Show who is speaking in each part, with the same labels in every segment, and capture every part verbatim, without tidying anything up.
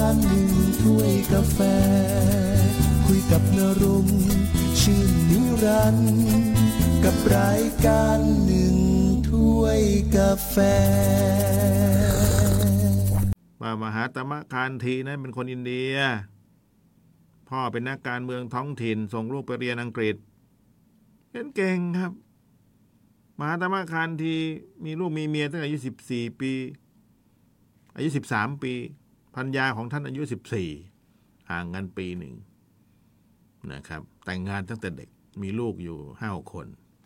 Speaker 1: การหนึ่งถ้วยกาแฟคุยกับนรงค์ชื่นนิรันดร์กับรายการหนึ่งถ้วยกาแฟ
Speaker 2: ว่ามหาตมะคานธีนั้นเป็นคนอินเดียพ่อเป็นนักการเมืองท้องถิ่นส่งลูกไปเรียนอังกฤษเก่งๆครับมหาตมะคานธีมีลูกมีเมียตั้งแต่อายุสิบสี่ปีอายุสิบสามปีภรรยาของท่านอายุสิบสี่ห่างกันปีหนึ่งนะครับแต่งงานตั้งแต่เด็กมีลูกอยู่ห้าคน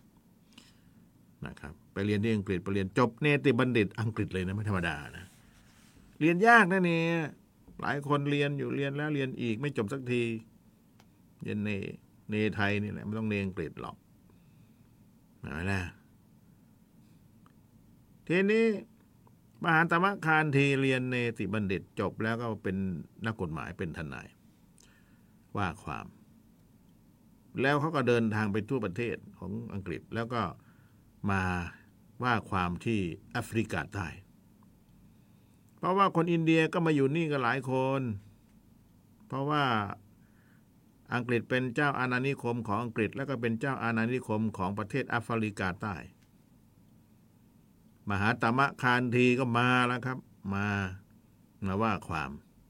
Speaker 2: นะครับไปเรียนที่อังกฤษไปเรียนจบเนติบัณฑิตอังกฤษเลยนะไม่ธรรมดานะเรียนยากนะเนี่ยหลายคนเรียนอยู่เรียนแล้วเรียนอีกไม่จบสักทีเรียนเนเนไทยนี่แหละไม่ต้องเนอังกฤษหรอกนะนะทีนี้มหาตมะคานธีเรียนเนติบัณฑิตจบแล้วก็เป็นนักกฎหมายเป็นทนายว่าความแล้วเขาก็เดินทางไปทั่วประเทศของอังกฤษแล้วก็มาว่าความที่แอฟริกาใต้เพราะว่าคนอินเดียก็มาอยู่นี่กันหลายคนเพราะว่าอังกฤษเป็นเจ้าอาณานิคมของอังกฤษแล้วก็เป็นเจ้าอาณานิคมของประเทศแอฟริกาใต้มหาตมะคานธีก็มาแล้วครับมามาว่าความ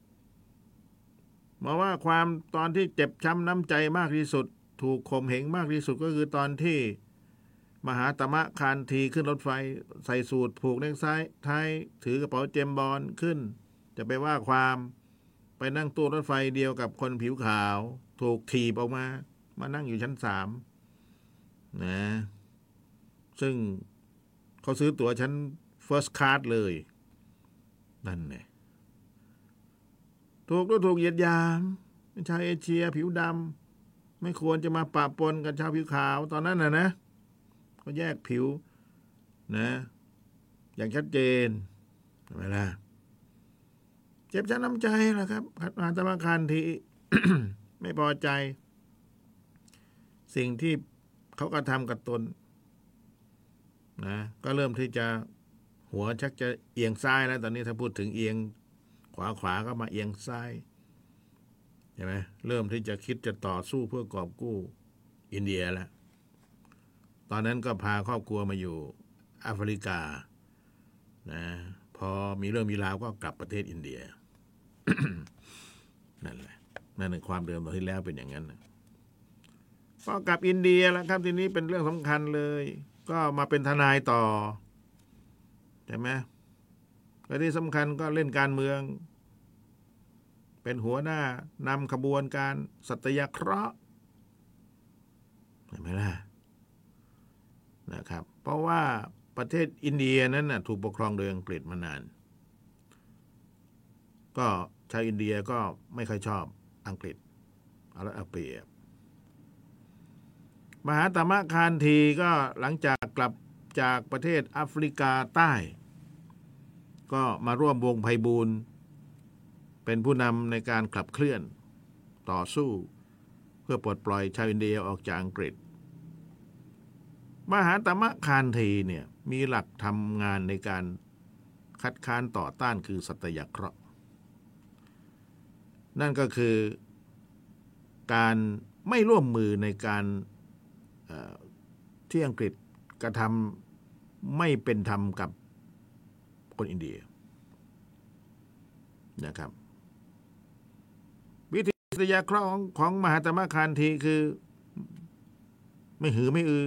Speaker 2: มาว่าความตอนที่เจ็บช้ำน้ำใจมากที่สุดถูกข่มเหงมากที่สุดก็คือตอนที่มหาตมะคานธีขึ้นรถไฟใส่สูทผูกเนคไทไทยถือกระเป๋าเจมบอลขึ้นจะไปว่าความไปนั่งตู้รถไฟเดียวกับคนผิวขาวถูกถีบออกมามานั่งอยู่ชั้นสามนะซึ่งเขาซื้อตั๋วชั้น first class เลยนั่นไงถูกก็ถูกเหยียดหยามเป็นชาวเอเชียผิวดำไม่ควรจะมาปะปนกับชาวผิวขาวตอนนั้นนะนะเขาแยกผิวนะอย่างชัดเจนเห็นไหมล่ะเจ็บช้ำน้ำใจแหละครับมหาตมะคานธี ไม่พอใจสิ่งที่เขากระทำกับตนนะก็เริ่มที่จะหัวชักจะเอียงซ้ายแล้วตอนนี้ถ้าพูดถึงเอียงขวาขวาก็มาเอียงซ้ายใช่ไหมเริ่มที่จะคิดจะต่อสู้เพื่อกอบกู้อินเดียแล้วตอนนั้นก็พาครอบครัวมาอยู่แอฟริกานะพอมีเรื่องมีราวก็กลับประเทศอินเดีย นั่นแหละนั่นคือความเดิมตอนที่แล้วเป็นอย่างนั้นนะพอกลับอินเดียแล้วครับทีนี้เป็นเรื่องสำคัญเลยก็มาเป็นทนายต่อใช่ไหมและที่สำคัญก็เล่นการเมืองเป็นหัวหน้านำขบวนการสัตยาเคราะห์เห็นไหมล่ะนะครับเพราะว่าประเทศอินเดียนั้นนะถูกปกครองโดยอังกฤษมานานก็ชาวอินเดียก็ไม่ค่อยชอบอังกฤษเอาละเอาเปรียบมหาตมะคานธีก็หลังจากกลับจากประเทศแอฟริกาใต้ก็มาร่วมวงไพบูลย์เป็นผู้นำในการขับเคลื่อนต่อสู้เพื่อปลดปล่อยชาวอินเดียออกจากอังกฤษมหาตมะคานธีเนี่ยมีหลักทำงานในการคัดค้านต่อต้านคือสัตยาเคราะห์นั่นก็คือการไม่ร่วมมือในการที่อังกฤษกระทำไม่เป็นธรรมกับคนอินเดียนะครับวิธีสัตยาเคราะห์ของของมหาตมะคานธีคือไม่หือไม่อือ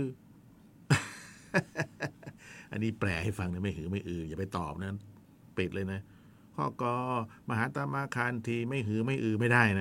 Speaker 2: อันนี้แปลให้ฟังนะไม่หือไม่อืออย่าไปตอบนะปิดเลยนะข้อกอมหาตมะคานธีไม่หือไม่อือไม่ได้นะ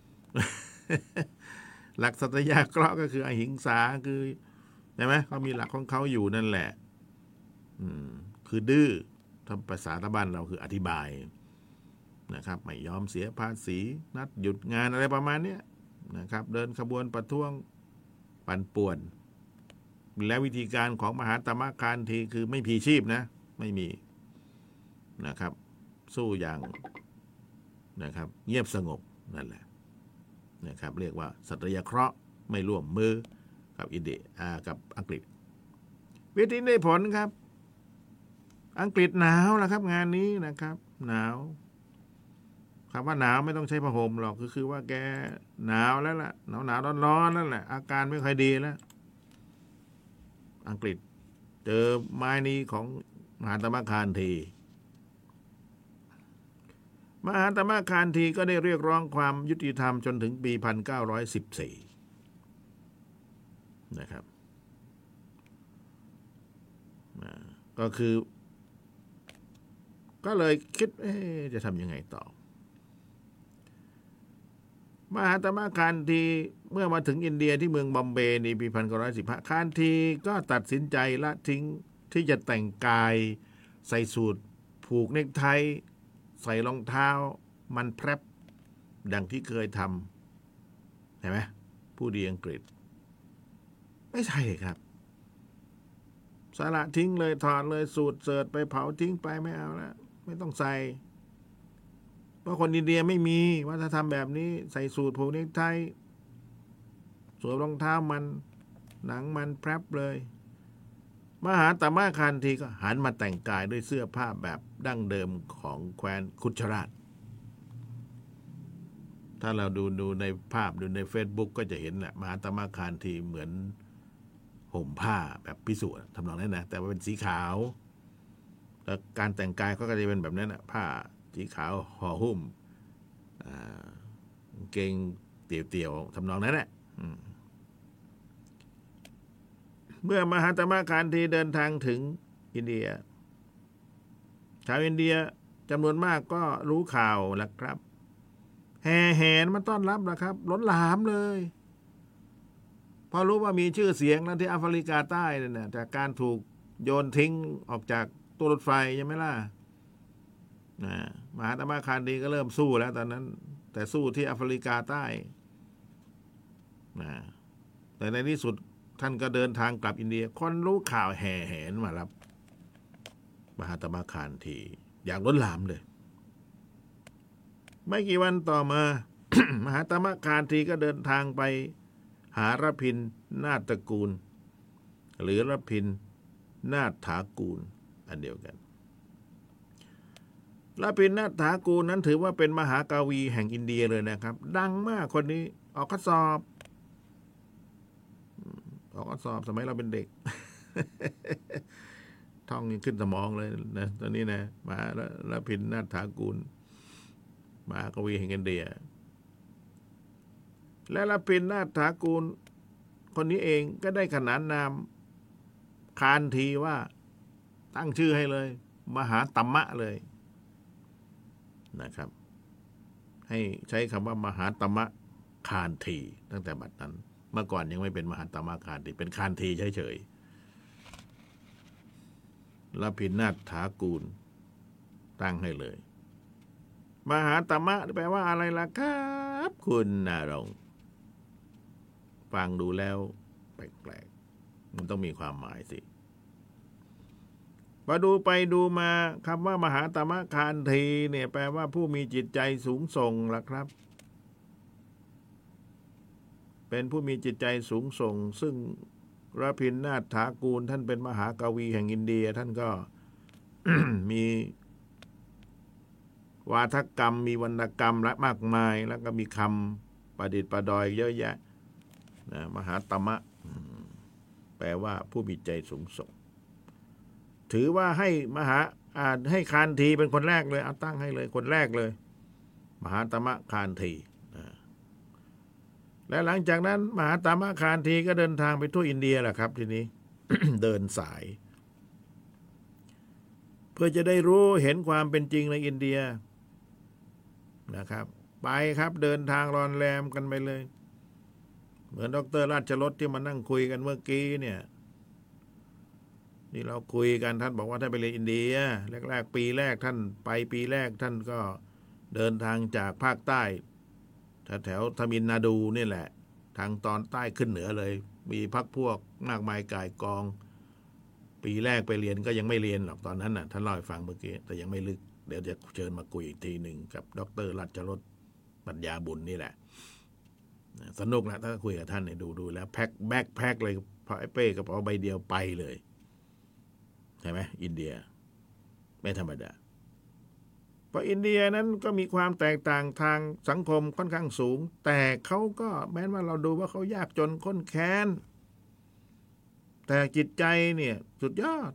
Speaker 2: หลักสัตยาเคราะห์ก็คืออหิงสาคือใช่ไหมเขามีหลักของเขาอยู่นั่นแหละอืมคือดื้อทำภาษาตะบ้านเราคืออธิบายนะครับไม่ยอมเสียภาษีนัดหยุดงานอะไรประมาณนี้นะครับเดินขบวนประท้วงปั่นป่วนและวิธีการของมหาตมะคานธีคือไม่พีชีพนะไม่มีนะครับสู้อย่างนะครับเงียบสงบนั่นแหละนะครับเรียกว่าสัตยาเคราะห์ไม่ร่วมมือกับอินเดียกับอังกฤษวิธีได้ผลครับอังกฤษหนาวแล้วครับงานนี้นะครับหนาวคำว่าหนาวไม่ต้องใช้ผ้าห่มหรอกก็คือว่าแกหนาวแล้วล่ะหนาวหนาวร้อนร้อนนั่นแหละอาการไม่ค่อยดีแล้วอังกฤษเจอไม้นี้ของมหาตมะคานธีมหาตมะคานธีก็ได้เรียกร้องความยุติธรรมจนถึงปีหนึ่งพันเก้าร้อยสิบสี่นะครับก็คือก็เลยคิดจะทำยังไงต่อมหาตมะคานธีเมื่อมาถึงอินเดียที่เมืองบอมเบย์ในปีหนึ่งพันเก้าร้อยสิบห้าคานธีก็ตัดสินใจละทิ้งที่จะแต่งกายใส่สูทผูกเนคไทใส่รองเท้ามันแพรบดังที่เคยทำเห็นไหมผู้ดีอังกฤษไม่ใช่ครับสละทิ้งเลยถอดเลยสูทเสิร์ตไปเผาทิ้งไปไม่เอาแล้วไม่ต้องใส่เพราะคนอินเดียไม่มีวัฒนธรรมแบบนี้ใส่สูทผูกเนคไทสวมรองเท้ามันหนังมันแพรบเลยมหาตมะคานธีก็หันมาแต่งกายด้วยเสื้อผ้าแบบดั้งเดิมของแคว้นคุชราชถ้าเราดูดูในภาพดูใน Facebook ก็จะเห็นแหละมหาตมะคานธีเหมือนห่มผ้าแบบพิสูจน์ทำนองนั้นนะแต่ว่าเป็นสีขาวแล้วการแต่งกายก็จะเป็นแบบนั้นนะผ้าสีขาวห่อหุ้มเกงเตี่ยวๆทำนองนั้นแหละเมื่อมหาตมะคานธีเดินทางถึงอินเดียชาวอินเดียจำนวนมากก็รู้ข่าวแล้วครับแห่แหนมาต้อนรับนะครับล้นหลามเลยพอรู้ว่ามีชื่อเสียงแล้วที่แอฟริกาใต้เนี่ยจากการถูกโยนทิ้งออกจากตัวรถไฟใช่ไหมล่ะมหาตมะคานธีก็เริ่มสู้แล้วตอนนั้นแต่สู้ที่แอฟริกาใต้แต่ในที่สุดท่านก็เดินทางกลับอินเดียคนรู้ข่าวแห่แหนมารับมหาตมะคานธีอย่างล้นหลามเลยไม่กี่วันต่อมา มหาตมะคานธีก็เดินทางไปหาระพินนาฏกูลหรือระพินนาฏฐากูลอันเดียวกันระพินนาฏฐากูลนั้นถือว่าเป็นมหากวีแห่งอินเดียเลยนะครับดังมากคนนี้ออกข้อสอบออกข้อสอบสมัยเราเป็นเด็ก ท่องยังขึ้นสมองเลยนะตอนนี้นะมาระพินนาฏฐากูลมหากวีแห่งอินเดียและระพินนาฏฐากูลคนนี้เองก็ได้ขนานนามคานธีว่าตั้งชื่อให้เลยมหาตมะเลยนะครับให้ใช้คำว่ามหาตมะคานธีตั้งแต่บัดนั้นเมื่อก่อนยังไม่เป็นมหาตมะคานธีเป็นคานธีเฉยๆระพินนาฏฐากูลตั้งให้เลยมหาตมะแปลว่าอะไรล่ะครับคุณณรงค์ฟังดูแล้วแปลกๆมันต้องมีความหมายสิมาดูไปดูมาคำว่ามหาตมะคานธีเนี่ยแปลว่าผู้มีจิตใจสูงส่งล่ะครับเป็นผู้มีจิตใจสูงส่งซึ่งระพินนาฏฐากูลท่านเป็นมหากวีแห่งอินเดียท่านก็ มีวาทกรรมมีวรรณกรรมและมากมายแล้วก็มีคำประดิษฐ์ประดอยเยอะแยะนะมหาตมะแปลว่าผู้มีใจสูงส่งถือว่าให้มหาอ่าให้คานธีเป็นคนแรกเลยเอาตั้งให้เลยคนแรกเลยมหาตมะคานธีและหลังจากนั้นมหาตมะคานธีก็เดินทางไปทั่วอินเดียแหละครับทีนี้ เดินสายเพื่อจะได้รู้เห็นความเป็นจริงในอินเดียนะครับไปครับเดินทางรอนแรมกันไปเลยเหมือนดร.ราชรสที่มานั่งคุยกันเมื่อกี้เนี่ยนี่เราคุยกันท่านบอกว่าท่านไปเรียนอินเดียแรกๆปีแรกท่านไปปีแรกท่านก็เดินทางจากภาคใต้แถวๆทมิลนาดูนี่แหละทางตอนใต้ขึ้นเหนือเลยมีพรรคพวกมากมายก่ายกองปีแรกไปเรียนก็ยังไม่เรียนหรอกตอนนั้นน่ะท่านเล่าให้ฟังเมื่อกี้แต่ยังไม่ลึกเดี๋ยวจะเชิญมาคุยอีกทีหนึ่งกับดร.ราชรสปัญญาบุญนี่แหละสนุกนะถ้าคุยกับท่านเนี่ยดูดูแล้วแพ็คแบ็คแพ็คเลยพอไอ้เป้กระเป๋าใบเดียวไปเลยใช่ไหมอินเดียไม่ธรรมดาเพราะอินเดียนั้นก็มีความแตกต่างทางสังคมค่อนข้างสูงแต่เขาก็แม้ว่าเราดูว่าเขายากจนข้นแค้นแต่จิตใจเนี่ยสุดยอด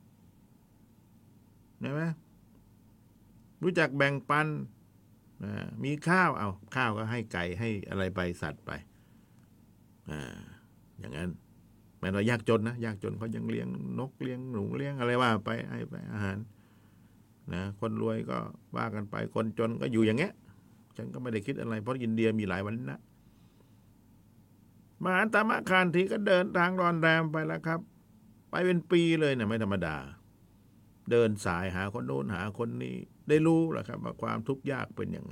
Speaker 2: เห็นไหมรู้จักแบ่งปันมีข้าวเอาข้าวก็ให้ไก่ให้อะไรไปสัตว์ไปอ่าอย่างนั้นแม้เรายากจนนะยากจนเขายังเลี้ยงนกเลี้ยงหนูเลี้ยงอะไรว่าไปให้ไปอาหารนะคนรวยก็ว่ากันไปคนจนก็อยู่อย่างเงี้ยฉันก็ไม่ได้คิดอะไรเพราะอินเดียมีหลายวันนะมหาตมะคานธีก็เดินทางรอนแรมไปแล้วครับไปเป็นปีเลยเนี่ยไม่ธรรมดาเดินสายหาคนโน้นหาคนนี้ได้รู้แหละครับว่าความทุกข์ยากเป็นยังไง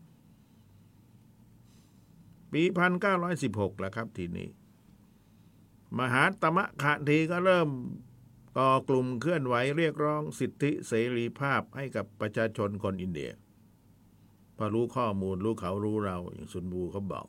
Speaker 2: ปีพันเก้าร้อยสิบหกแล้วครับทีนี้มหาตมะคานธีก็เริ่มก่อกลุ่มเคลื่อนไหวเรียกร้องสิทธิเสรีภาพให้กับประชาชนคนอินเดียพอรู้ข้อมูลรู้เขารู้เราอย่างซุนวูเขาบอก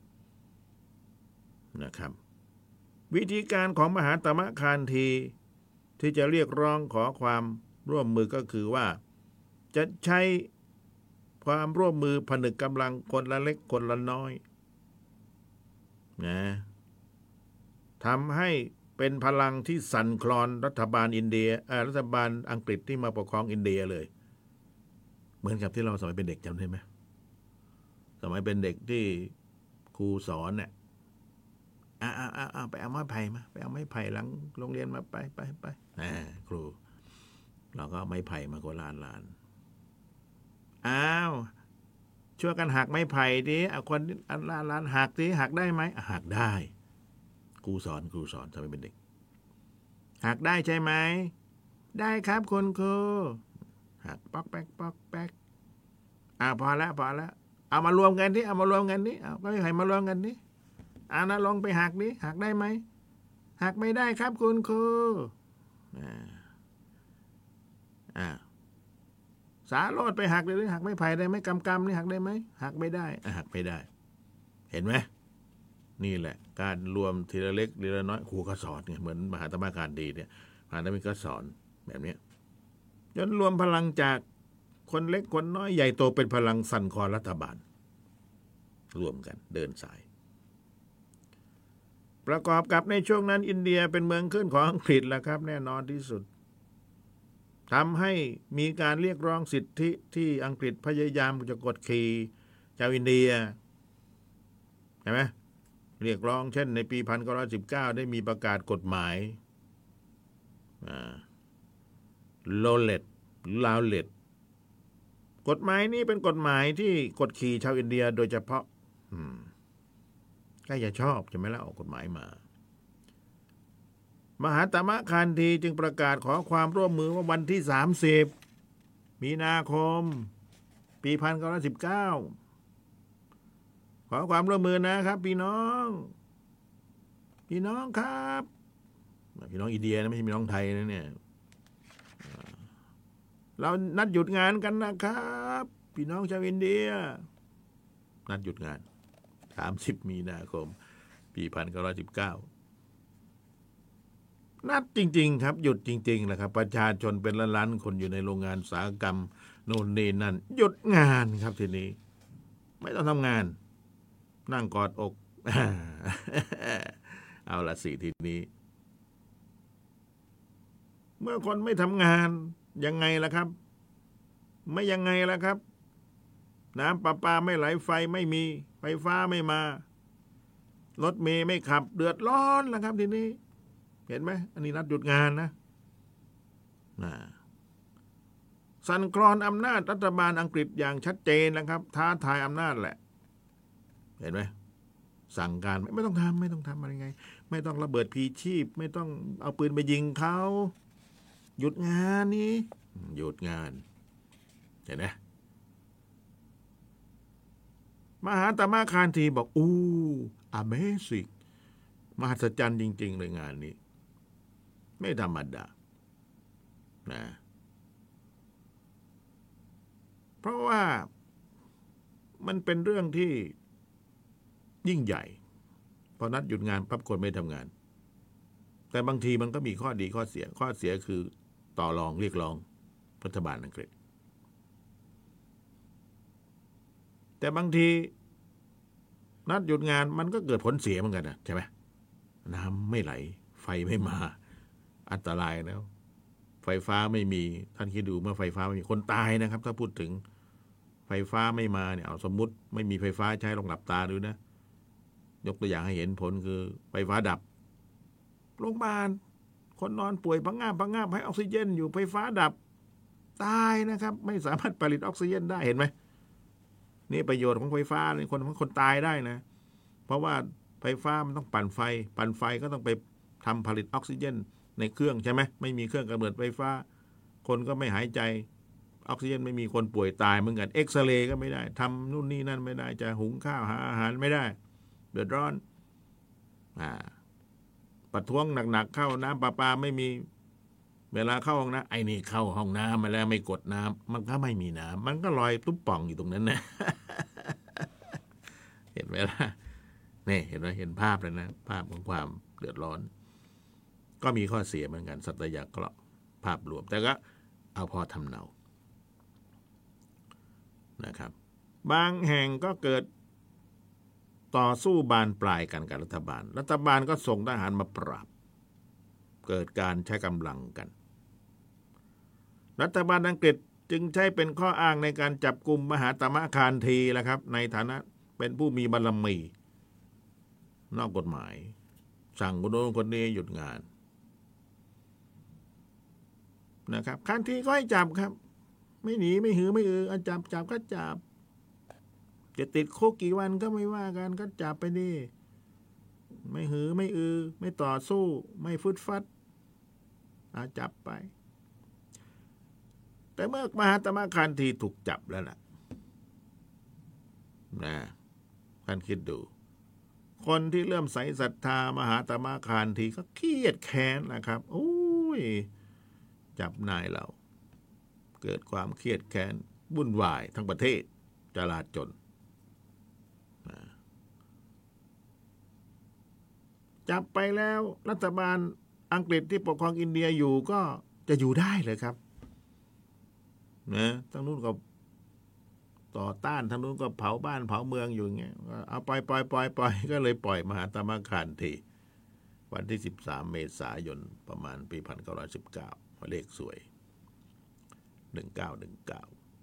Speaker 2: นะครับวิธีการของมหาตมะคานธีที่จะเรียกร้องขอความร่วมมือก็คือว่าจะใช้ความร่วมมือผนึกกำลังคนละเล็กคนละน้อยนะทำให้เป็นพลังที่สั่นคลอนรัฐบาลอินเดียรัฐบาลอังกฤษที่มาปกครองอินเดียเลยเหมือนกับที่เราสมัยเป็นเด็กจำได้ไหมสมัยเป็นเด็กที่ครูสอนเนี่ยอ่าอ่าอ่าไปเอาไม้ไผ่มาไปเอาไม้ไผ่หลังโรงเรียนมาไปไปไปอ่าครูเราก็เอาไม้ไผ่มาโกลานลานอ้าวช่วยกันหักไม้ไผ่ดิเอาคนอันลานลานหักดิหักได้ไหมหักได้ครูสอนครูสอนสมัยเป็นเด็กหักได้ใช่ไหมได้ครับคุณครูหักป๊อกแป๊กป๊อกแป๊กอ่าพอแล้วพอแล้วเอามารวมกันดิเอามารวมกันดิเอาไม้ไผ่มารวมกันดิอ่านะลองไปหักดิหักได้ไหมหักไม่ได้ครับคุณครูอ่าอ่าสาโรดไปหักเลยหรือหักไม่ไผ่ได้ไหมกำกำนี่หักได้ไหมหักไม่ได้หักไม่ได้เห็นไหมนี่แหละการรวมทีละเล็กทีละน้อยครูก็สอนเนี่ยเหมือนมหาตมะคานธีเนี่ยมหาตมะก็สอนแบบนี้จนรวมพลังจากคนเล็กคนน้อยใหญ่โตเป็นพลังสั่นคลอนรัฐบาลรวมกันเดินสายประกอบกับในช่วงนั้นอินเดียเป็นเมืองขึ้นของอังกฤษแหละครับแน่นอนที่สุดทำให้มีการเรียกร้องสิทธิที่อังกฤษพยายามจะกดขี่ชาวอินเดียใช่ไหมเรียกร้องเช่นในปีหนึ่งพันเก้าร้อยสิบเก้าได้มีประกาศกฎหมายโลเลตหรือลาวเลตกฎหมายนี้เป็นกฎหมายที่กดขี่ชาวอินเดียโดยเฉพาะใครจะชอบใช่ไหมล่ะออกกฎหมายมามหาตมะคานธีจึงประกาศขอความร่วมมือว่าวันที่สามสิบมีนาคมปีหนึ่งพันเก้าร้อยสิบเก้าขอความร่วมมือนะครับพี่น้องพี่น้องครับพี่น้องอินเดียนะไม่ใช่พี่น้องไทยนะเนี่ยเรานัดหยุดงานกันนะครับพี่น้องชาวอินเดียนัดหยุดงานสามสิบมีนาคมปีหนึ่งพันเก้าร้อยสิบเก้านัดจริงๆครับหยุดจริงๆแหละครับประชาชนเป็นล้านๆคนอยู่ในโรงงานอุตสาหกรรมโน่นนี่นั่นหยุดงานครับทีนี้ไม่ต้องทำงานนั่งกอดอกเอาละสิทีนี้เมื่อคนไม่ทำงานยังไงล่ะครับไม่ยังไงล่ะครับน้ำประปาไม่ไหลไฟไม่มีไฟฟ้าไม่มารถเมล์ไม่ขับเดือดร้อนล่ะครับทีนี้เห็นไหมอันนี้นัดหยุดงานนะนะสั่นคลอนอำนาจรัฐบาลอังกฤษอย่างชัดเจนนะครับท้าทายอำนาจแหละเห็นไหมสั่งการไม่ต้องทำไม่ต้องทำอะไรไงไม่ต้องระเบิดพีชีพไม่ต้องเอาปืนไปยิงเขาหยุดงานนี้หยุดงานเห็นไหมมหาตมะคานธีบอกอู้ Amazing มหัศจรรย์จริงๆเลยงานนี้ไม่ธรรมดานะเพราะว่ามันเป็นเรื่องที่ยิ่งใหญ่พอนัดหยุดงานปั๊บคนไม่ทำงานแต่บางทีมันก็มีข้อดีข้อเสียข้อเสียคือต่อรองเรียกร้องรัฐบาลอังกฤษแต่บางทีนัดหยุดงานมันก็เกิดผลเสียเหมือนกันนะใช่ไหมน้ำไม่ไหลไฟไม่มาอันตรายแล้วไฟฟ้าไม่มีท่านคิดดูเมื่อไฟฟ้าไม่มีคนตายนะครับถ้าพูดถึงไฟฟ้าไม่มาเนี่ยเอาสมมุติไม่มีไฟฟ้าใช้ลองหลับตาดูนะยกตัวอย่างให้เห็นผลคือไฟฟ้าดับโรงพยาบาลคนนอนป่วยพังงาบพังงาบให้ออกซิเจนอยู่ไฟฟ้าดับตายนะครับไม่สามารถผลิตออกซิเจนได้เห็นไหมนี่ประโยชน์ของไฟฟ้าเลยคนคนตายได้นะเพราะว่าไฟฟ้ามันต้องปั่นไฟปั่นไฟก็ต้องไปทำผลิตออกซิเจนในเครื่องใช่ไหมไม่มีเครื่องกำเนิดไฟฟ้าคนก็ไม่หายใจออกซิเจนไม่มีคนป่วยตายเหมือนกันเอ็กซเรย์ก็ไม่ได้ทำนู่นนี่นั่นไม่ได้จะหุงข้าวหาอาหารไม่ได้เดือดร้อนอ่าประท้วงหนักๆเข้าน้ำประปาไม่มีเวลาเข้าห้องน้ำไอ้นี่เข้าห้องน้ำมาแล้วไม่กดน้ำมันก็ไม่มีน้ำมันก็ลอยตุ๊บป่องอยู่ตรงนั้นนะ เห็นไหมล่ะนี่เห็นไหมเห็นภาพเลยนะภาพของความเดือดร้อนก็มีข้อเสียเหมือนกันสัตยาเคราะห์ภาพรวมแต่ก็เอาพอทำเนานะครับบางแห่งก็เกิดต่อสู้บานปลายกันกับรัฐบาลรัฐบาลก็ส่งทหารมาปราบเกิดการใช้กำลังกันรัฐบาลอังกฤษจึงใช้เป็นข้ออ้างในการจับกุมมหาตมะคานธีแหละครับในฐานะเป็นผู้มีบารมีนอกกฎหมายสั่งคนโน้นคนนี้หยุดงานนะครับคานธีก็ให้จับครับไม่หนีไม่หือไม่อือเอาจับจับก็จับจะติดคุกกี่วันก็ไม่ว่ากันก็จับไปดิไม่หือไม่อือไม่ต่อสู้ไม่ฟึดฟัดเอาจับไปแต่เมื่อมหาตมะคานธีถูกจับแล้วล่ะนะท่านคิดดูคนที่เริ่มใส่ศรัทธามหาตมะคานธีก็เครียดแค้นนะครับโอ้ยจับนายเราเกิดความเครียดแค้นวุ่นวายทั้งประเทศจลาจลจับไปแล้วรัฐบาลอังกฤษที่ปกครองอินเดียอยู่ก็จะอยู่ได้เลยครับนะทั้งนู้นก็ต่อต้านทั้งนู้นก็เผาบ้านเผาเมืองอยู่อย่างเงี้ยเอาปล่อยปล่อยปล่อยปล่อยก็เลยปล่อยมหาตมะคานธีวันที่สิบสามเมษายนประมาณปีหนึ่งพันเก้าร้อยสิบเก้าเลขสวยหนึ่งเก้าหนึ่งเก้า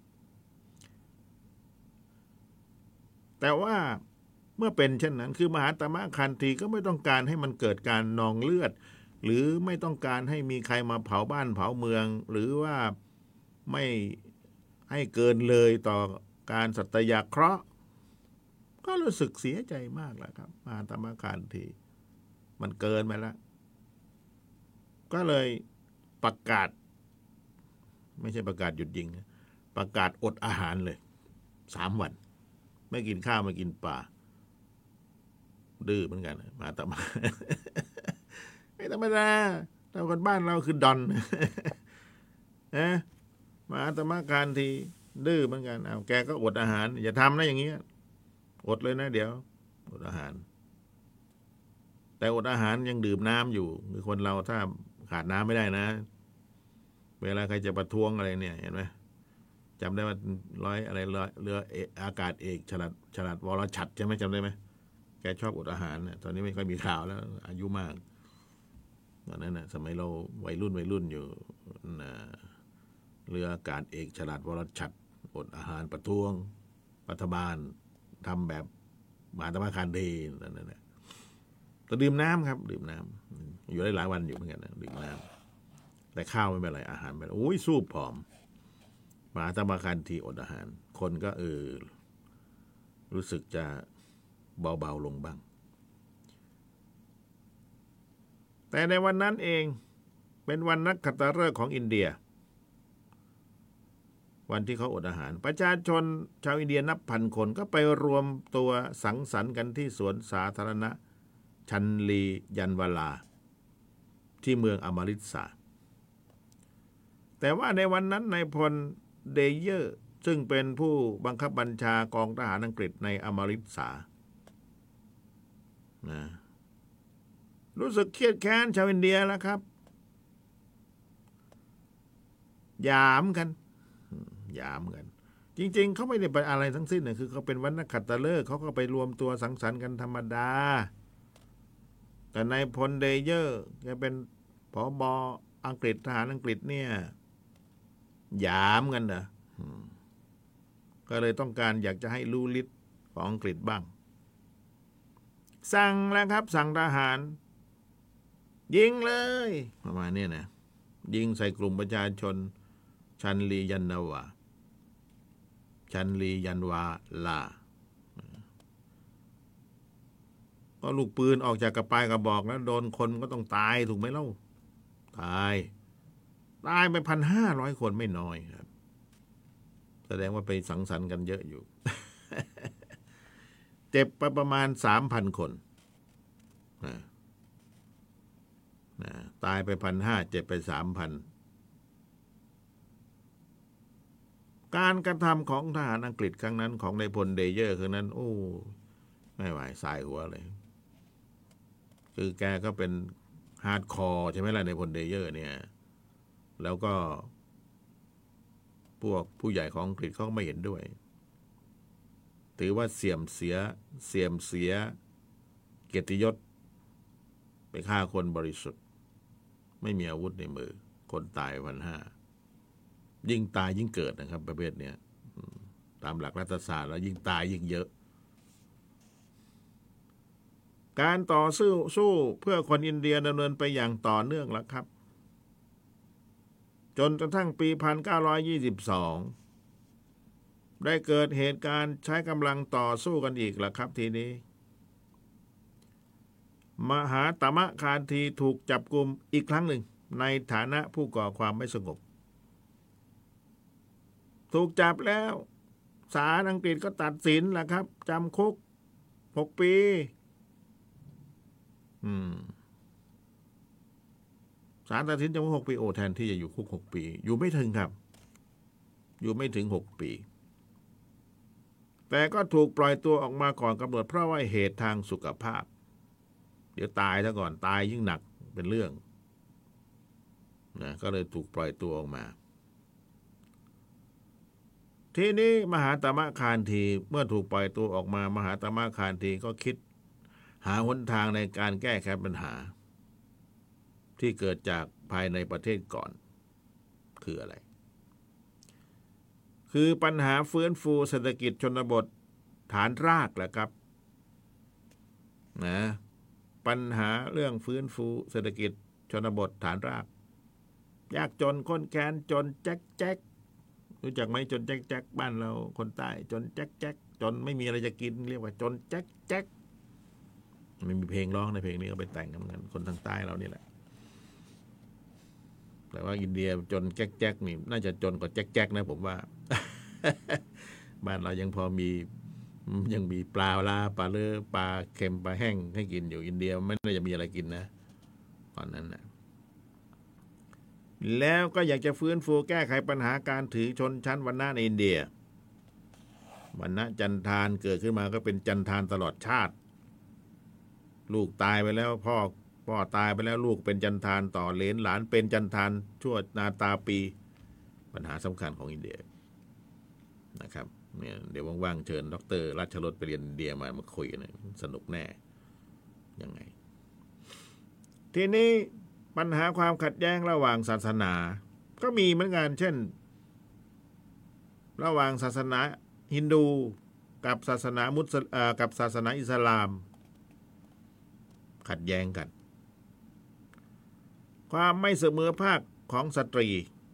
Speaker 2: แต่ว่าเมื่อเป็นเช่นนั้นคือมหาตมะคานธีก็ไม่ต้องการให้มันเกิดการนองเลือดหรือไม่ต้องการให้มีใครมาเผาบ้านเผาเมืองหรือว่าไม่ให้เกินเลยต่อการสัตยาเคราะห์ก็รู้สึกเสียใจมากแหละครับมหาตมะคานธีมันเกินไปแล้วก็เลยประกาศไม่ใช่ประกาศหยุดยิงประกาศอดอาหารเลยสามวันไม่กินข้าวไม่กินปลาดื้อเหมือนกันมาตมาไม่ธรรมดาเราคนบ้านเราคือดอนนะมาตมะคานธีดื้อเหมือนกันเอาแกก็อดอาหารอย่าทำนะอย่างเงี้ยอดเลยนะเดี๋ยวอดอาหารแต่อดอาหารยังดื่มน้ำอยู่คือคนเราถ้าขาดน้ำไม่ได้นะเวลาใครจะประท้วงอะไรเนี่ยเห็นไหมจำได้ว่าร้อยอะไรเรือเรืออากาศเอกฉลาดฉลาดวรชัดใช่ไหมจำได้ไหมแกชอบอดอาหารนะตอนนี้ไม่ค่อยมีข่าวแล้วอายุมากตอนนั้นนะสมัยเราวัยรุ่นวัยรุ่นอยู่นะเรืออากาศเอกฉลาดวรชัดอดอาหารประท้วงรัฐบาลทำแบบมหาตมะคานธีนั่นแหละแต่ดื่มน้ำครับดื่มน้ำอยู่ได้หลายวันอยู่เหมือนกันนะดื่มน้ำแต่ข้าวไม่เป็นไรอาหารไม่เป็นโอ้ยสู้ผอมมหาตมะคานธีอดอาหารคนก็เออรู้สึกจะเบาๆลงบ้างแต่ในวันนั้นเองเป็นวันนักขัตฤกษ์ของอินเดียวันที่เขาอดอาหารประชาชนชาวอินเดียนับพันคนก็ไปรวมตัวสังสรรค์กันที่สวนสาธารณะชันลียันวลาที่เมืองอมฤตสาแต่ว่าในวันนั้นนายพลเดเยอร์ซึ่งเป็นผู้บังคับบัญชากองทหารอังกฤษในอมฤตสานะรู้สึกเครียดแค้นชาวอินเดียแล้วครับหยามกันหยามกันจริงๆเขาไม่ได้ไปอะไรทั้งสิ้นเนี่ยคือเขาเป็นวันนักขัตฤกษ์เขาก็ไปรวมตัวสังสรรค์กันธรรมดาแต่นายพลเดเยอร์แกเป็นผบ.อังกฤษทหารอังกฤษเนี่ยหยามกันนะก็เลยต้องการอยากจะให้รู้ฤทธิ์ของอังกฤษบ้างสั่งแล้วครับสั่งทหารยิงเลยประมาณนี้นะยิงใส่กลุ่มประชาชนชันลียันนาวาชันลียันวาลาก็ลูกปืนออกจากกระปายกระบอกแล้วโดนคนก็ต้องตายถูกไหมเล่าตายตายไปพันห้าร้อยคนไม่น้อยครับแสดงว่าไปสังสรรค์กันเยอะอยู่ เจ็บไปประมาณสามพันคนนะนะตายไปพันห้าเจ็บไปสามพันการกระทำของทหารอังกฤษครั้งนั้นของนายพลเดเยอร์ครั้งนั้นโอ้ไม่ไหวสายหัวเลยคือแกก็เป็นฮาร์ดคอร์ใช่ไหมล่ะนายพลเดเยอร์เนี่ยแล้วก็พวกผู้ใหญ่ของอังกฤษเขาไม่เห็นด้วยถือว่าเสี่ยมเสียเสี่ยมเสียเกียรติยศไปฆ่าคนบริสุทธิ์ไม่มีอาวุธในมือคนตายพันห้ายิ่งตายยิ่งเกิดนะครับประเภทเนี้ยตามหลักรัฐศาสตร์แล้วยิ่งตายยิ่งเยอะการต่อสู้สู้เพื่อคนอินเดียดำเนินไปอย่างต่อเนื่องแล้วครับจนกระทั่งปีหนึ่งพันเก้าร้อยยี่สิบสองได้เกิดเหตุการณ์ใช้กำลังต่อสู้กันอีกแล้วครับทีนี้มหาตมะคานธีถูกจับกุมอีกครั้งหนึ่งในฐานะผู้ก่อความไม่สงบถูกจับแล้วศาลอังกฤษก็ตัดสินแหละครับจำคุกหกปีอืมศาลตัดสินจำคุกหกปีโอ้แทนที่จะอยู่คุกหกปีอยู่ไม่ถึงครับอยู่ไม่ถึงหกปีแต่ก็ถูกปล่อยตัวออกมาก่อนกำหนดเพราะว่าเหตุทางสุขภาพเดี๋ยวตายซะก่อนตายยิ่งหนักเป็นเรื่องนะก็เลยถูกปล่อยตัวออกมาทีนี้มหาตมะคานธีเมื่อถูกปล่อยตัวออกมามหาตมะคานธีก็คิดหาหนทางในการแก้ไขปัญหาที่เกิดจากภายในประเทศก่อนคืออะไรคือปัญหาฟื้นฟูเศรษฐกิจชนบทฐานรากแหละครับนะปัญหาเรื่องฟื้นฟูเศรษฐกิจชนบทฐานรากยากจนคนแค้นจนแจ๊กแจ๊กรู้จักไหมจนแจ๊กแจ๊กบ้านเราคนใต้จนแจ๊กแจ๊กจนไม่มีอะไรจะกินเรียกว่าจนแจ๊กแจ๊กไม่มีเพลงร้องในเพลงนี้ก็ไปแต่งกันคนทางใต้เรานี่แหละแต่ว่าอินเดียจนแจ๊กแจ๊กนี่น่าจะจนกว่าแจ๊กแจ๊กนะผมว่า บ้านเรายังพอมียังมีปลาลาปลาเลือปลาเค็มปลาแห้งให้กินอยู่อินเดียไม่น่าจะมีอะไรกินนะตอนนั้นนะแล้วก็อยากจะฟื้นฟูแก้ไขปัญหาการถือชนชั้นวรรณะในอินเดียวรรณะจันทานเกิดขึ้นมาก็เป็นจันทานตลอดชาติลูกตายไปแล้วพ่อพ่อตายไปแล้วลูกเป็นจันทานต่อเหลนหลานเป็นจันทานชั่วนาตาปีปัญหาสำคัญของอินเดียนะครับเนี่ยเดี๋ยวว่างๆเชิญดร.รัชรสไปเรียนอินเดียมามาคุยกันสนุกแน่ยังไงทีนี้ปัญหาความขัดแย้งระหว่างศาสนาก็มีเหมือนกันเช่นระหว่างศาสนาฮินดูกับศาสนามุสลิมกับศาสนาอิสลามขัดแย้งกันความไม่เสมอภาคของสตรี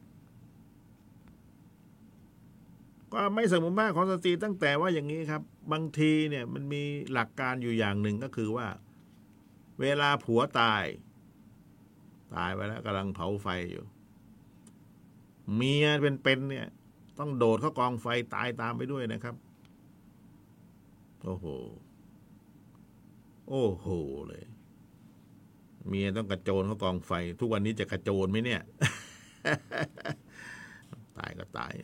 Speaker 2: ความไม่เสมอภาคของสตรีตั้งแต่ว่าอย่างนี้ครับบางทีเนี่ยมันมีหลักการอยู่อย่างหนึ่งก็คือว่าเวลาผัวตายตายไปแล้วกำลังเผาไฟอยู่เมียเป็นๆเนี่ยต้องโดดเข้ากองไฟตายตามไปด้วยนะครับโอ้โหโอ้โหเลยเมียต้องกระโจนเข้ากองไฟทุกวันนี้จะกระโจนไหมเนี่ย ตายก็ตาย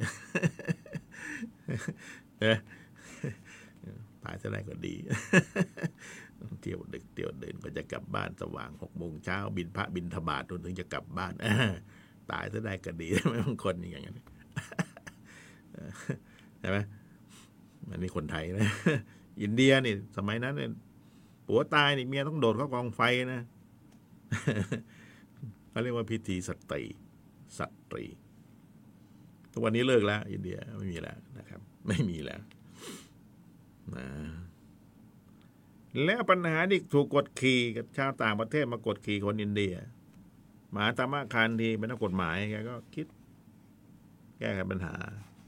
Speaker 2: ตายซะได้ก็ดี เที่ยวดึกเที่ยวเดินก็จะกลับบ้านสว่างหกโมงเช้าบินพระบินธบาตจนถึงจะกลับบ้านตายซะได้ก็ดีไม่บางคนอย่างนั้นใช่ไหมอันนี้คนไทยนะ อินเดียนี่สมัยนั้นเนี่ยผัวตายนี่เมียต้องโดดเข้ากองไฟนะ เขาเรียกว่าพิธีสตรีสตรีทุกวันนี้เลิกแล้วอินเดียไม่มีแล้วนะครับไม่มีแล้วนะแล้วปัญหาที่ถูกกดขี่กับชาวต่างประเทศมากดขี่คนอินเดียมหาตมะคานธีเป็นนักกฎหมายแกก็คิดแก้ไขปัญหา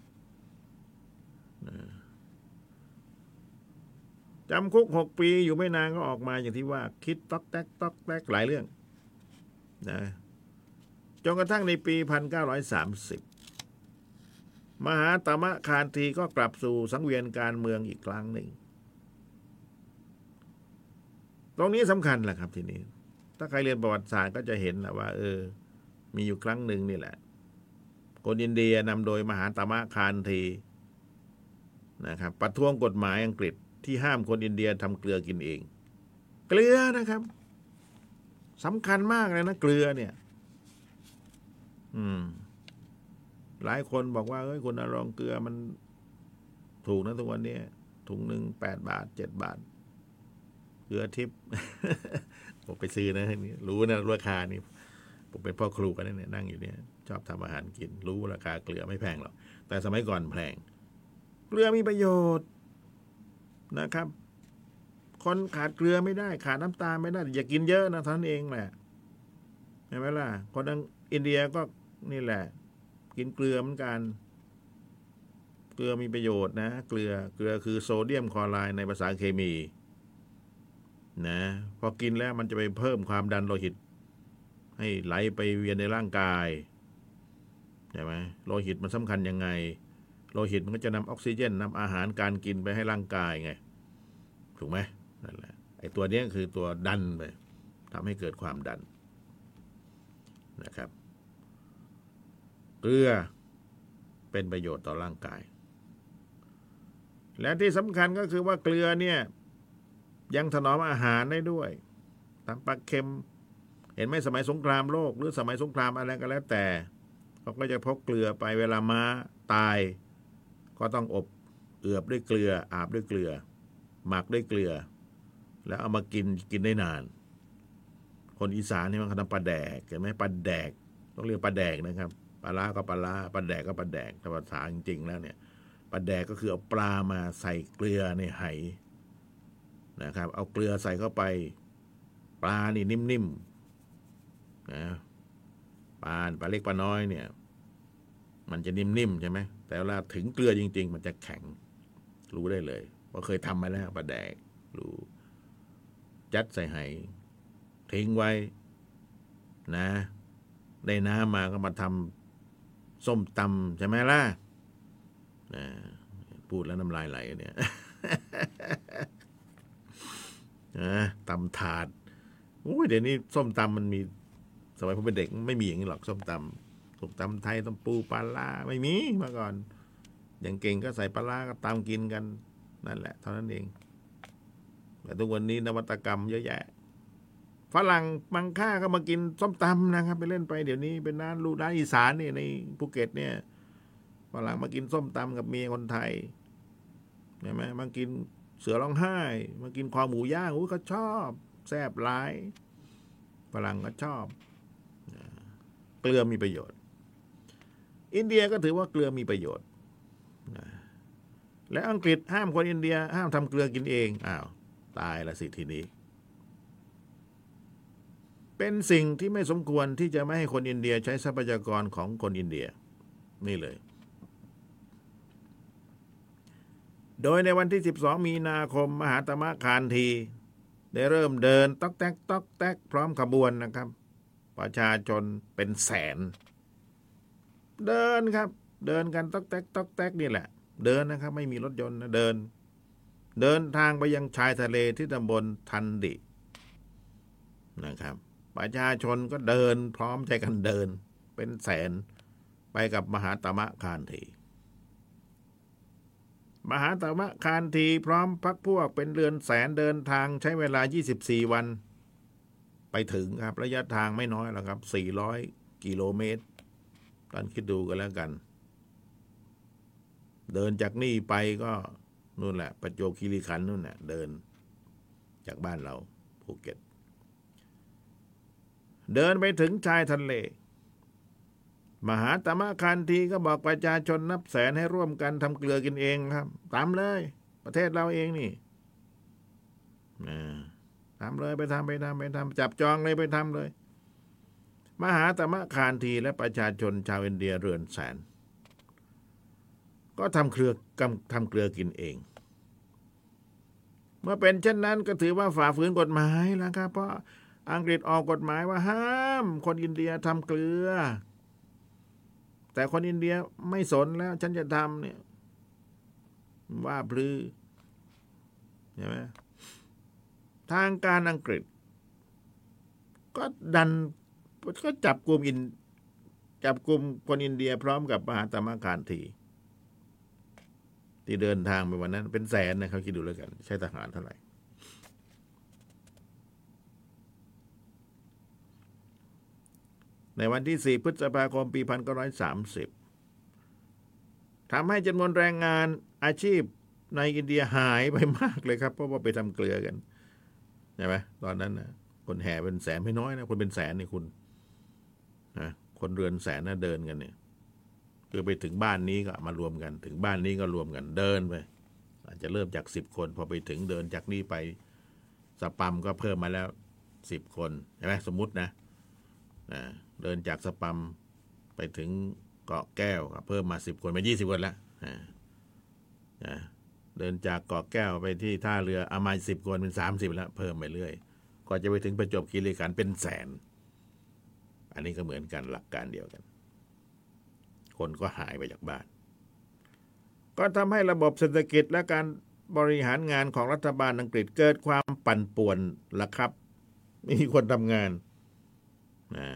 Speaker 2: จำคุกหกปีอยู่ไม่นานก็ออกมาอย่างที่ว่าคิดต๊อกแต๊กต๊อกแต๊กหลายเรื่องนะจนกระทั่งในปีหนึ่งพันเก้าร้อยสามสิบมหาตมะคานธีก็กลับสู่สังเวียนการเมืองอีกครั้งหนึ่งตรงนี้สำคัญแหละครับทีนี้ถ้าใครเรียนประวัติศาสตร์ก็จะเห็นนะว่าเออมีอยู่ครั้งหนึ่งนี่แหละคนอินเดียนำโดยมหาตมะคานธีนะครับประท้วงกฎหมายอังกฤษที่ห้ามคนอินเดียทำเกลือกินเองเกลือนะครับสำคัญมากเลยนะเกลือเนี่ยอืมหลายคนบอกว่าเอ้ยคนอรองเกลือมันถูกนะทุกวันนี้ถุงหนึ่งแปดบาทเจ็ดบาทเกลือทิพย์ ผมไปซื้อนะนี่รู้นะราคานี่ผมเป็นพ่อครูกันเนี่ยนั่งอยู่เนี่ยชอบทำอาหารกินรู้ราคาเกลือไม่แพงหรอกแต่สมัยก่อนแพงเกลือมีประโยชน์นะครับคนขาดเกลือไม่ได้ขาดน้ำตาลไม่ได้อย่ากินเยอะนะท่านเองแหละเห็นไหมล่ะคนทางอินเดียก็นี่แหละกินเกลือเหมือนกันเกลือมีประโยชน์นะเกลือเกลือคือโซเดียมคลอไรด์ในภาษาเคมีนะพอกินแล้วมันจะไปเพิ่มความดันโลหิตให้ไหลไปเวียนในร่างกายใช่ไหมโลหิตมันสำคัญยังไงโลหิตมันก็จะนำออกซิเจนนำอาหารการกินไปให้ร่างกายไงถูกไหมนั่นแหละไอ้ตัวนี้คือตัวดันไปทำให้เกิดความดันนะครับเกลือเป็นประโยชน์ต่อร่างกายและที่สำคัญก็คือว่าเกลือเนี่ยยังถนอมอาหารได้ด้วยตามปลาเค็มเห็นไหมสมัยสงครามโลกหรือสมัยสงครามอะไรก็แล้วแต่เขาก็จะพกเกลือไปเวลาม้าตายก็ต้องอบเอือบด้วยเกลืออาบด้วยเกลือหมักด้วยเกลือแล้วเอามากินกินได้นานคนอีสานนี่มันทำปลาแดกเห็นไหมปลาแดกต้องเรียกปลาแดกนะครับปลาล้าก็ปลาล้าปลาแดกก็ปลาแดกแต่ภาษาจริงๆแล้วเนี่ยปลาแดกก็คือเอาปลามาใส่เกลือในไหนะครับเอาเกลือใส่เข้าไปปลานี่นิ่มๆนะปลาปลาเล็กปลาน้อยเนี่ยมันจะนิ่มๆใช่ไหมแต่เวลาถึงเกลือจริงๆมันจะแข็งรู้ได้เลยเพราะเคยทำมาแล้วปลาแดกรู้ยัดใส่ไหทิ้งไว้นะได้น้ำมาก็มาทำส้มตำใช่ไหมล่ะนะพูดแล้วน้ำลายไหลเนี่ย นะตำถาดโอ้ยเดี๋ยวนี้ส้มตำมันมีสมัยผมเป็นเด็กไม่มีอย่างนี้หรอกส้มตำส้มตำไทยต้องปูปลาล่าไม่มีมาก่อนอย่างเก่งก็ใส่ปลาล่าก็ตำกินกันนั่นแหละเท่านั้นเองแต่ทุกวันนี้นวัตกรรมเยอะแยะฝรั่งมังค่าก็มากินส้มตำนะครับไปเล่นไปเดี๋ยวนี้เป็นร้านลูกร้านอีสานนี่ในภูเก็ตเนี่ยฝรั่งมากินส้มตำกับเมียคนไทยใช่ไหมมากินเสือร้องไห้มากินคอหมูย่างอุ้ยเขาชอบแซ่บหลายฝรั่งก็ชอบเกลือมีประโยชน์อินเดียก็ถือว่าเกลือมีประโยชน์และอังกฤษห้ามคนอินเดียห้ามทำเกลือกินเองอ้าวตายละสิทีนี้เป็นสิ่งที่ไม่สมควรที่จะไม่ให้คนอินเดียใช้ทรัพยากรของคนอินเดียนี่เลยโดยในวันที่สิบสองมีนาคมมหาตมะคานธีได้เริ่มเดินต๊อกแต๊กต๊อกแต๊กพร้อมขบวนนะครับประชาชนเป็นแสนเดินครับเดินกันต๊อกแต๊กต๊อกแต๊กนี่แหละเดินนะครับไม่มีรถยนต์นะเดินเดินทางไปยังชายทะเลที่ตำบลทันดินะครับประชาชนก็เดินพร้อมใจกันเดินเป็นแสนไปกับมหาตมะคานธีมหาตมะคานธีพร้อมพรรคพวกเป็นเรือนแสนเดินทางใช้เวลายี่สิบสี่วันไปถึงครับระยะทางไม่น้อยหรอกครับสี่ร้อยกิโลเมตรท่านคิดดูกันแล้วกันเดินจากนี่ไปก็นู่นแหละประจวบคีรีขันธ์นู่นแหละเดินจากบ้านเราภูเก็ตเดินไปถึงชายทะเลมหาตมะคันธีก็บอกประชาชนนับแสนให้ร่วมกันทำเกลือกินเองครับตามเลยประเทศเราเองนี่ทำเลยไปทำไปทำไปทำจับจองเลยไปทำเลยมหาตมะคันธีและประชาชนชาวอินเดียเรือนแสนก็ทำเกลือทำเกลือกินเองเมื่อเป็นเช่นนั้นก็ถือว่าฝ่าฝืนกฎหมายแล้วครับเพราะอังกฤษออกกฎหมายว่าห้ามคนอินเดียทำเกลือแต่คนอินเดียไม่สนแล้วฉันจะทำเนี่ยว่าพลือใช่ไหมทางการอังกฤษก็ดันก็จับกลุ่มอินจับกลุ่มคนอินเดียพร้อมกับมหาตมะคันธีที่เดินทางไปวันนั้นเป็นแสนนะเขาคิดดูแล้วกันใช้ทหารเท่าไหร่ในวันที่สี่พฤษภาคมปีหนึ่งพันเก้าร้อยสามสิบทำให้จำนวนแรงงานอาชีพในอินเดียหายไปมากเลยครับเพราะว่าไปทำเกลือกันใช่ไหมตอนนั้นนะคนแห่เป็นแสนไม่น้อยนะคนเป็นแสนนี่คุณนะคนเรือนแสนนะเดินกันเนี่ยคือไปถึงบ้านนี้ก็มารวมกันถึงบ้านนี้ก็รวมกันเดินไปอาจจะเริ่มจากสิบคนพอไปถึงเดินจากนี่ไปสปัมก็เพิ่มมาแล้วสิบคนใช่ไหมสมมุตินะนะเดินจากสปัมไปถึงเกาะแก้วเพิ่มมาสิบคนเป็นยี่สิบคนแล้วนะเดินจากเกาะแก้วไปที่ท่าเรืออามาสิบคนเป็นสามสิบแล้วเพิ่มไปเรื่อยก็จะไปถึงประจวบคีรีขันธ์เป็นแสนอันนี้ก็เหมือนกันหลักการเดียวกันคนก็หายไปจากบ้านก็ทำให้ระบบเศรษฐกิจและการบริหารงานของรัฐบาลอังกฤษเกิดความปั่นป่วนละครับไม่มีคนทำงานนะ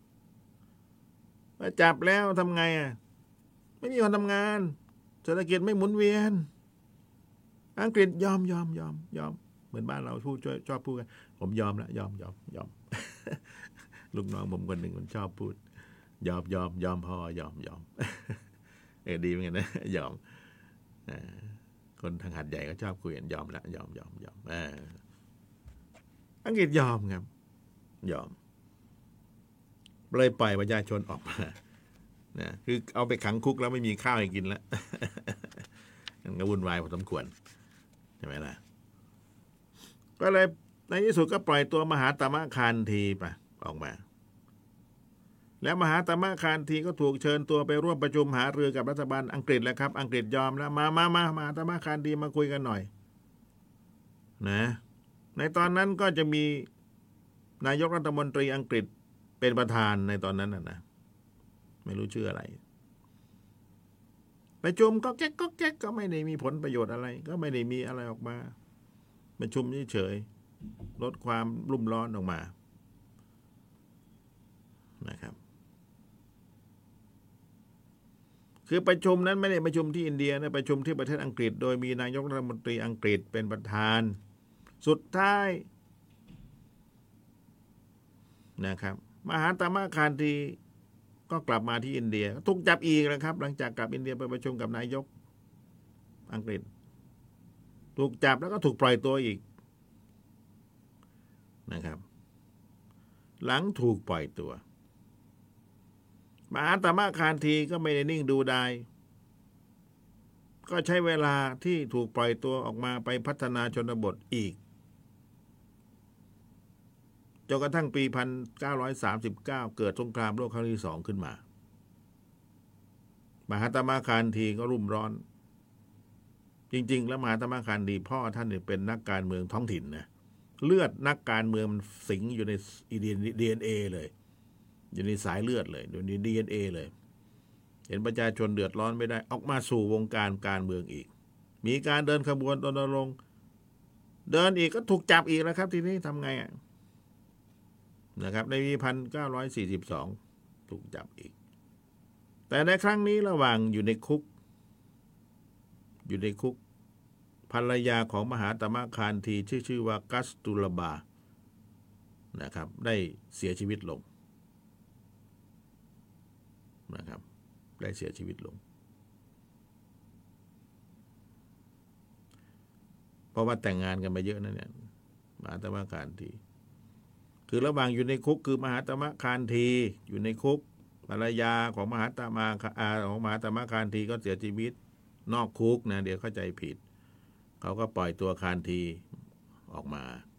Speaker 2: จับแล้วทำไงอ่ะไม่มีคนทำงานเศรษฐกิจไม่หมุนเวียนอังกฤษยอมยอมยอมยอมเหมือนบ้านเราพูดชอบพูดกันผมยอมแล้วยอมยอมยอม ลูกน้องผมคนหนึ่งมันชอบพูดยอมยอมยอมพอยอมยอม เออดีเหมือนกันนะยอมคนทางหัดใหญ่ก็ชอบคุยกันยอมละยอมยอมยอมอังกฤษยอมครับยอมเลยปล่อยประชาชนออกมานะคือเอาไปขังคุกแล้วไม่มีข้าวให้กินแล้วมันก็วุ่นวายพอสมควรใช่ไหมล่ะก็เลยในที่สุดก็ปล่อยตัวมหาตมะคันธีไปออกมาแล้วมหาตมะคันธีก็ถูกเชิญตัวไปร่วมประชุมหารือกับรัฐบาลอังกฤษแล้วครับอังกฤษยอมแล้วมามามามาตมะคันธีมาคุยกันหน่อยนะในตอนนั้นก็จะมีนายกรัฐมนตรีอังกฤษเป็นประธานในตอนนั้นนะนะไม่รู้ชื่ออะไรประชุมก็แก๊กก็แก๊กก็ไม่ได้มีผลประโยชน์อะไรก็ไม่ได้มีอะไรออกมาประชุมเฉยๆลดความรุ่มร้อนออกมานะครับคือประชุมนั้นไม่ได้ประชุมที่อินเดียนะประชุมที่ประเทศอังกฤษโดยมีนายกรัฐมนตรีอังกฤษเป็นประธานสุดท้ายนะครับมหาตมะคันธีก็กลับมาที่อินเดียถูกจับอีกนะครับหลังจากกลับอินเดียไปประชุมกับนายกอังกฤษถูกจับแล้วก็ถูกปล่อยตัวอีกนะครับหลังถูกปล่อยตัวมหาตมะคันธีก็ไม่ได้นิ่งดูดายก็ใช้เวลาที่ถูกปล่อยตัวออกมาไปพัฒนาชนบทอีกจนกระทั่งปีหนึ่งพันเก้าร้อยสามสิบเก้าเกิดสงครามโลกครั้งที่สองขึ้นมามหาตมะคันธีก็รุ่มร้อนจริงๆแล้วมหาตมะคันธีพ่อท่านเนี่ยเป็นนักการเมืองท้องถิ่นนะเลือดนักการเมืองมันสิงอยู่ใน ดี เอ็น เอ เลยอยู่ในสายเลือดเลยอยู่ใน ดี เอ็น เอ เลยเห็นประชาชนเดือดร้อนไม่ได้ออกมาสู่วงการการเมืองอีกมีการเดินขบวนรณรงค์เดินอีกก็ถูกจับอีกแล้วครับทีนี้ทำไงอ่ะนะครับในปีหนึ่งพันเก้าร้อยสี่สิบสองถูกจับอีกแต่ในครั้งนี้ระหว่างอยู่ในคุกอยู่ในคุกภรรยาของมหาตมะคันธีชื่อชื่อว่ากัสตูลบานะครับได้เสียชีวิตลงนะครับได้เสียชีวิตลงเพราะว่าแต่งงานกันมาเยอะนะเนี่ยมหาตมะคานธีคือระหว่างอยู่ในคุกคือมหาตมะคานธีอยู่ในคุกภรรยาของมหาตมะอาของมหาตมะคานธีก็เสียชีวิตนอกคุกนะเดี๋ยวเข้าใจผิดเขาก็ปล่อยตัวคานธีออกมา